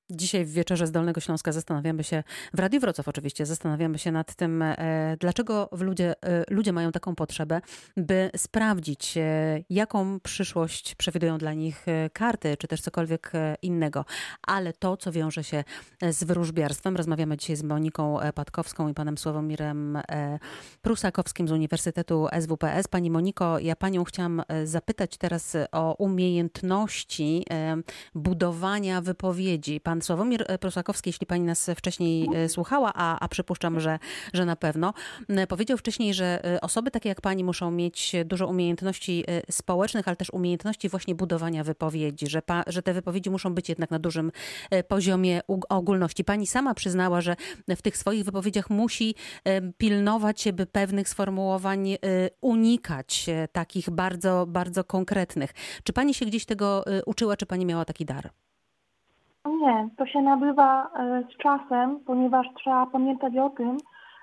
Dzisiaj w Wieczorze z Dolnego Śląska zastanawiamy się, w Radiu Wrocław oczywiście, zastanawiamy się nad tym, dlaczego ludzie mają taką potrzebę, by sprawdzić, jaką przyszłość przewidują dla nich karty, czy też cokolwiek innego. Ale to, co wiąże się z wróżbiarstwem, rozmawiamy dzisiaj z Moniką Patkowską i panem Sławomirem Prusakowskim z Uniwersytetu SWPS. Pani Moniko, ja panią chciałam zapytać teraz o umiejętności budowania wypowiedzi. Pan Sławomir Prusakowski, jeśli pani nas wcześniej słuchała, a przypuszczam, że na pewno, powiedział wcześniej, że osoby takie jak pani muszą mieć dużo umiejętności społecznych, ale też umiejętności właśnie budowania wypowiedzi, że te wypowiedzi muszą być jednak na dużym poziomie ogólności. Pani sama przyznała, że w tych swoich wypowiedziach musi pilnować się, by pewnych sformułowań unikać, takich bardzo, bardzo konkretnych. Czy pani się gdzieś tego uczyła, czy pani miała taki dar? Nie, to się nabywa z czasem, ponieważ trzeba pamiętać o tym,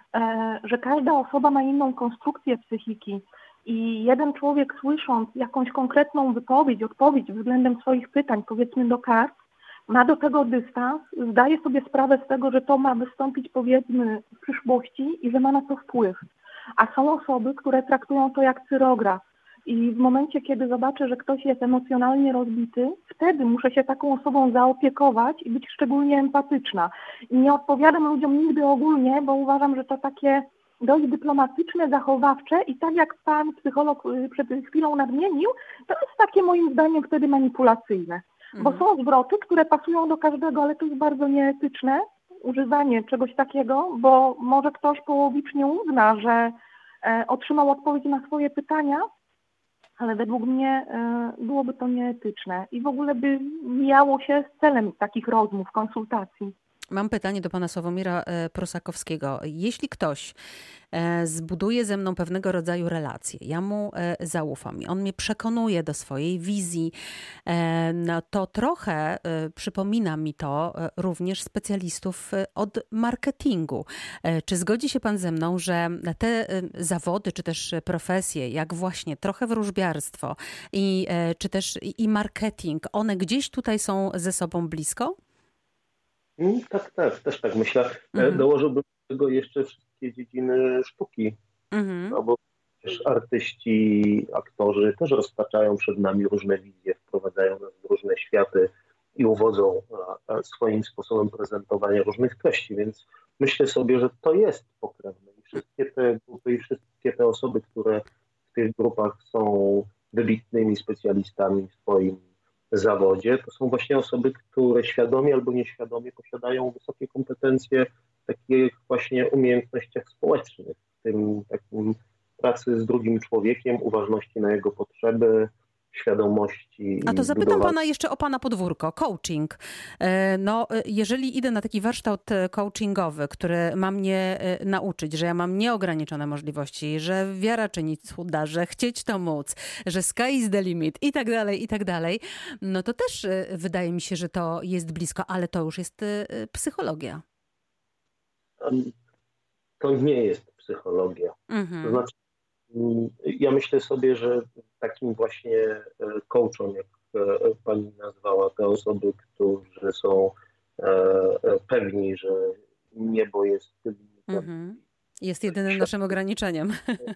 że każda osoba ma inną konstrukcję psychiki i jeden człowiek, słysząc jakąś konkretną wypowiedź, odpowiedź względem swoich pytań, powiedzmy do kart, ma do tego dystans, zdaje sobie sprawę z tego, że to ma wystąpić, powiedzmy, w przyszłości i że ma na to wpływ. A są osoby, które traktują to jak cyrograf. I w momencie, kiedy zobaczę, że ktoś jest emocjonalnie rozbity, wtedy muszę się taką osobą zaopiekować i być szczególnie empatyczna. I nie odpowiadam ludziom nigdy ogólnie, bo uważam, że to takie dość dyplomatyczne, zachowawcze i tak jak pan psycholog przed chwilą nadmienił, to jest takie moim zdaniem wtedy manipulacyjne. Bo są zwroty, które pasują do każdego, ale to jest bardzo nieetyczne używanie czegoś takiego, bo może ktoś połowicznie uzna, że otrzymał odpowiedź na swoje pytania, ale według mnie byłoby to nieetyczne i w ogóle by mijało się z celem takich rozmów, konsultacji. Mam pytanie do pana Sławomira Prusakowskiego. Jeśli ktoś zbuduje ze mną pewnego rodzaju relacje, ja mu zaufam i on mnie przekonuje do swojej wizji, no to trochę przypomina mi to również specjalistów od marketingu. Czy zgodzi się pan ze mną, że te zawody, czy też profesje, jak właśnie trochę wróżbiarstwo czy też i marketing, one gdzieś tutaj są ze sobą blisko? Tak, tak, też tak myślę. Dołożyłbym do tego jeszcze wszystkie dziedziny sztuki, no bo też artyści, aktorzy też roztaczają przed nami różne wizje, wprowadzają nas w różne światy i uwodzą swoim sposobem prezentowania różnych treści, więc myślę sobie, że to jest pokrewne i wszystkie te grupy i wszystkie te osoby, które w tych grupach są wybitnymi specjalistami w swoim zawodzie, to są właśnie osoby, które świadomie albo nieświadomie posiadają wysokie kompetencje w takich właśnie umiejętnościach społecznych, w tym takim pracy z drugim człowiekiem, uważności na jego potrzeby, świadomości A to i zapytam pana jeszcze o pana podwórko, coaching. No, jeżeli idę na taki warsztat coachingowy, który ma mnie nauczyć, że ja mam nieograniczone możliwości, że wiara czyni cuda, że chcieć to móc, że sky is the limit i tak dalej, no to też wydaje mi się, że to jest blisko, ale to już jest psychologia. To nie jest psychologia. To znaczy, ja myślę sobie, że takim właśnie coachom, jak pani nazwała, te osoby, którzy są pewni, że niebo jest limitem. Jest jedynym naszym ograniczeniem.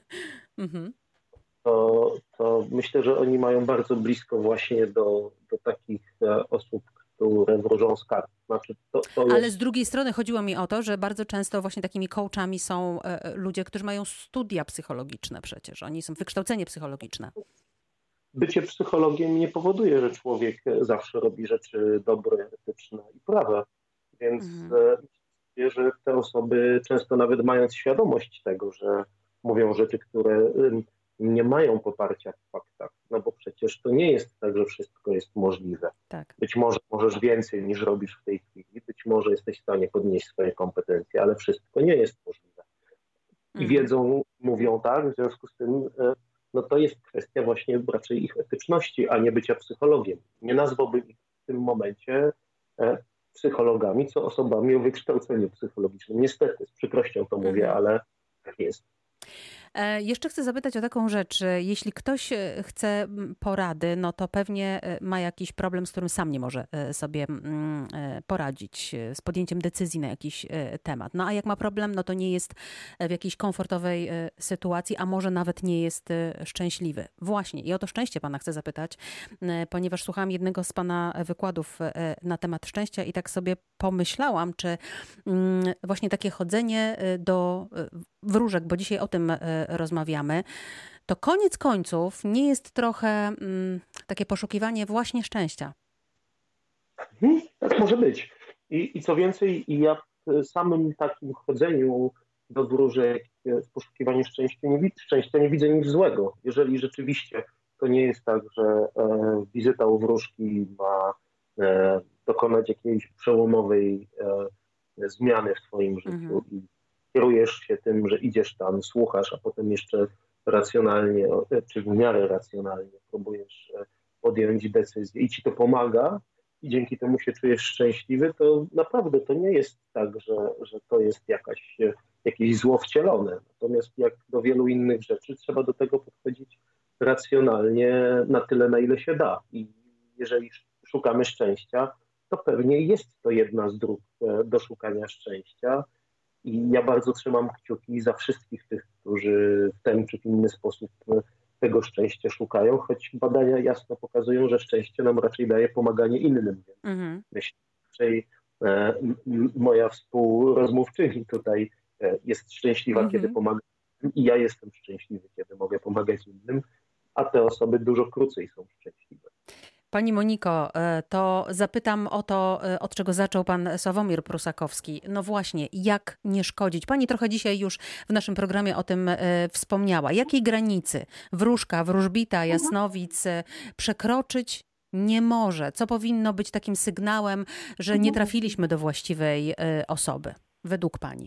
To myślę, że oni mają bardzo blisko właśnie do takich osób, które wróżą z kart. Znaczy, Ale z drugiej strony chodziło mi o to, że bardzo często właśnie takimi coachami są ludzie, którzy mają studia psychologiczne przecież. Oni są wykształcenie psychologiczne. Bycie psychologiem nie powoduje, że człowiek zawsze robi rzeczy dobre, etyczne i prawe. Więc myślę, że te osoby często nawet mając świadomość tego, że mówią rzeczy, które nie mają poparcia w faktach, no bo przecież to nie jest tak, że wszystko jest możliwe. Tak. Być może możesz więcej niż robisz w tej chwili, być może jesteś w stanie podnieść swoje kompetencje, ale wszystko nie jest możliwe. I wiedzą, mówią tak, w związku z tym no to jest kwestia właśnie raczej ich etyczności, a nie bycia psychologiem. Nie nazwałbym ich w tym momencie psychologami, co osobami o wykształceniu psychologicznym. Niestety, z przykrością to mówię, ale tak jest. Jeszcze chcę zapytać o taką rzecz. Jeśli ktoś chce porady, no to pewnie ma jakiś problem, z którym sam nie może sobie poradzić, z podjęciem decyzji na jakiś temat. No a jak ma problem, no to nie jest w jakiejś komfortowej sytuacji, a może nawet nie jest szczęśliwy. Właśnie i o to szczęście pana chcę zapytać, ponieważ słuchałam jednego z pana wykładów na temat szczęścia i tak sobie pomyślałam, czy właśnie takie chodzenie do wróżek, bo dzisiaj o tym rozmawiamy, to koniec końców nie jest trochę takie poszukiwanie właśnie szczęścia. Tak może być. I co więcej, ja w samym takim chodzeniu do wróżek w poszukiwaniu szczęścia nie widzę nic złego. Jeżeli rzeczywiście to nie jest tak, że wizyta u wróżki ma dokonać jakiejś przełomowej zmiany w twoim życiu i kierujesz się tym, że idziesz tam, słuchasz, a potem jeszcze racjonalnie, czy w miarę racjonalnie próbujesz podjąć decyzję i ci to pomaga i dzięki temu się czujesz szczęśliwy, to naprawdę to nie jest tak, że to jest jakieś zło wcielone. Natomiast jak do wielu innych rzeczy trzeba do tego podchodzić racjonalnie na tyle, na ile się da. I jeżeli szukamy szczęścia, to pewnie jest to jedna z dróg do szukania szczęścia. I ja bardzo trzymam kciuki za wszystkich tych, którzy w ten czy inny sposób tego szczęścia szukają, choć badania jasno pokazują, że szczęście nam raczej daje pomaganie innym. Więc myślę, że moja współrozmówczyni tutaj jest szczęśliwa, kiedy pomaga i ja jestem szczęśliwy, kiedy mogę pomagać innym, a te osoby dużo krócej są szczęśliwe. Pani Moniko, to zapytam o to, od czego zaczął pan Sławomir Prusakowski. No właśnie, jak nie szkodzić? Pani trochę dzisiaj już w naszym programie o tym wspomniała. Jakiej granicy wróżka, wróżbita, jasnowic przekroczyć nie może? Co powinno być takim sygnałem, że nie trafiliśmy do właściwej osoby, według pani?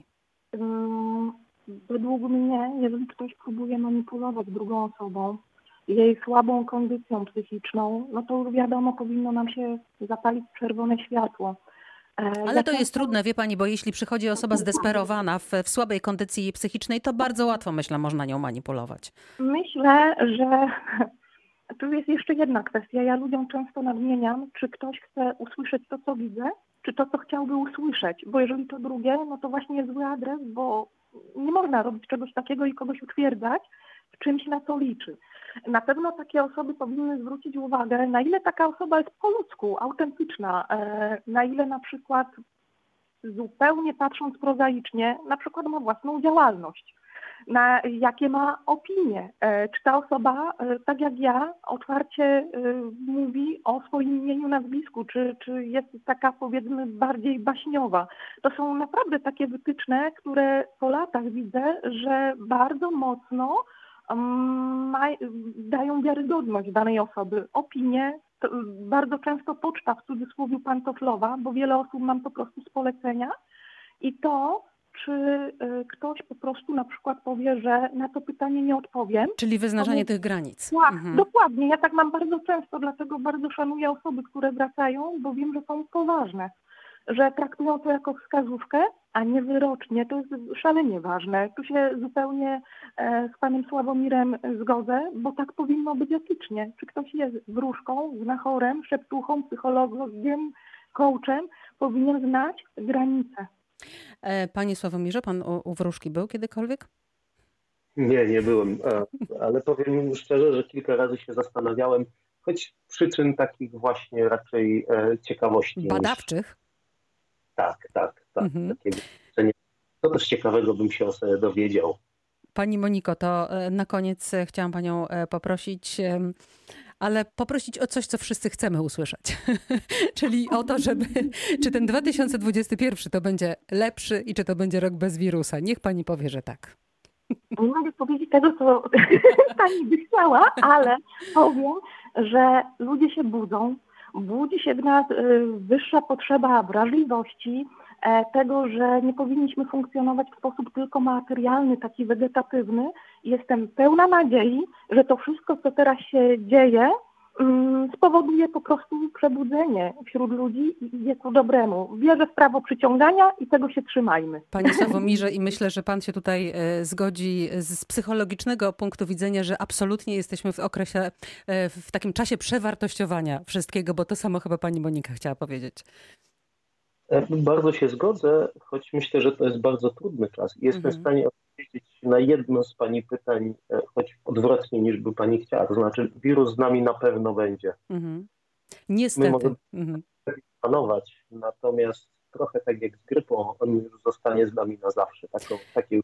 Według mnie, jeżeli ktoś próbuje manipulować drugą osobą, jej słabą kondycją psychiczną, no to wiadomo, powinno nam się zapalić czerwone światło. Ale to jest trudne, wie pani, bo jeśli przychodzi osoba zdesperowana w słabej kondycji psychicznej, to bardzo łatwo, myślę, można nią manipulować. Myślę, że tu jest jeszcze jedna kwestia. Ja ludziom często nadmieniam, czy ktoś chce usłyszeć to, co widzę, czy to, co chciałby usłyszeć. Bo jeżeli to drugie, no to właśnie jest zły adres, bo nie można robić czegoś takiego i kogoś utwierdzać w czymś, na co liczy. Na pewno takie osoby powinny zwrócić uwagę, na ile taka osoba jest po ludzku, autentyczna, na ile na przykład zupełnie patrząc prozaicznie, na przykład ma własną działalność, na jakie ma opinie, czy ta osoba, tak jak ja, otwarcie mówi o swoim imieniu, nazwisku, czy jest taka, powiedzmy, bardziej baśniowa. To są naprawdę takie wytyczne, które po latach widzę, że bardzo mocno dają wiarygodność danej osoby. Opinie, bardzo często poczta w cudzysłowie pantoflowa, bo wiele osób mam po prostu z polecenia i to, czy ktoś po prostu na przykład powie, że na to pytanie nie odpowiem. Czyli wyznaczanie tych granic. Tak, dokładnie. Ja tak mam bardzo często, dlatego bardzo szanuję osoby, które wracają, bo wiem, że są poważne, że traktują to jako wskazówkę, a nie wyrocznie. To jest szalenie ważne. Tu się zupełnie z panem Sławomirem zgodzę, bo tak powinno być etycznie. Czy ktoś jest wróżką, znachorem, szeptuchą, psychologiem, coachem, powinien znać granice. Panie Sławomirze, pan u wróżki był kiedykolwiek? Nie byłem, ale powiem szczerze, że kilka razy się zastanawiałem, choć przyczyn takich właśnie raczej ciekawości. Badawczych? Tak. To też ciekawego bym się o sobie dowiedział. Pani Moniko, to na koniec chciałam panią poprosić, ale poprosić o coś, co wszyscy chcemy usłyszeć. Czyli o to, czy ten 2021 to będzie lepszy i czy to będzie rok bez wirusa. Niech pani powie, że tak. Nie mogę powiedzieć tego, co pani by chciała, ale powiem, że ludzie się budzą. Budzi się w nas wyższa potrzeba wrażliwości, tego, że nie powinniśmy funkcjonować w sposób tylko materialny, taki wegetatywny. Jestem pełna nadziei, że to wszystko, co teraz się dzieje, spowoduje po prostu przebudzenie wśród ludzi i idzie ku dobremu. Wierzę w prawo przyciągania i tego się trzymajmy. Panie Sławomirze, i myślę, że pan się tutaj zgodzi z psychologicznego punktu widzenia, że absolutnie jesteśmy w okresie, w takim czasie przewartościowania wszystkiego, bo to samo chyba pani Monika chciała powiedzieć. Bardzo się zgodzę, choć myślę, że to jest bardzo trudny czas. Jestem w stanie odpowiedzieć na jedno z pani pytań, choć odwrotnie niż by pani chciała. To znaczy, wirus z nami na pewno będzie. Niestety. My możemy panować, natomiast trochę tak jak z grypą, on już zostanie z nami na zawsze. Takie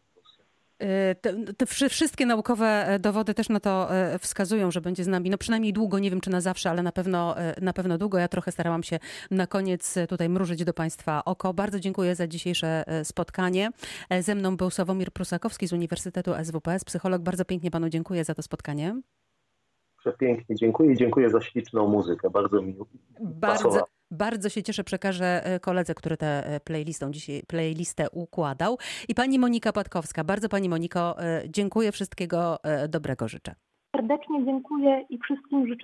Te wszystkie naukowe dowody też na to wskazują, że będzie z nami, no przynajmniej długo, nie wiem czy na zawsze, ale na pewno długo. Ja trochę starałam się na koniec tutaj mrużyć do państwa oko. Bardzo dziękuję za dzisiejsze spotkanie. Ze mną był Sławomir Prusakowski z Uniwersytetu SWPS, psycholog. Bardzo pięknie panu dziękuję za to spotkanie. Przepięknie dziękuję. Dziękuję za śliczną muzykę. Bardzo mi pasowało. Bardzo się cieszę, przekażę koledze, który tę playlistę układał. I pani Monika Płatkowska. Bardzo pani Moniko dziękuję. Wszystkiego dobrego życzę. Serdecznie dziękuję i wszystkim życzę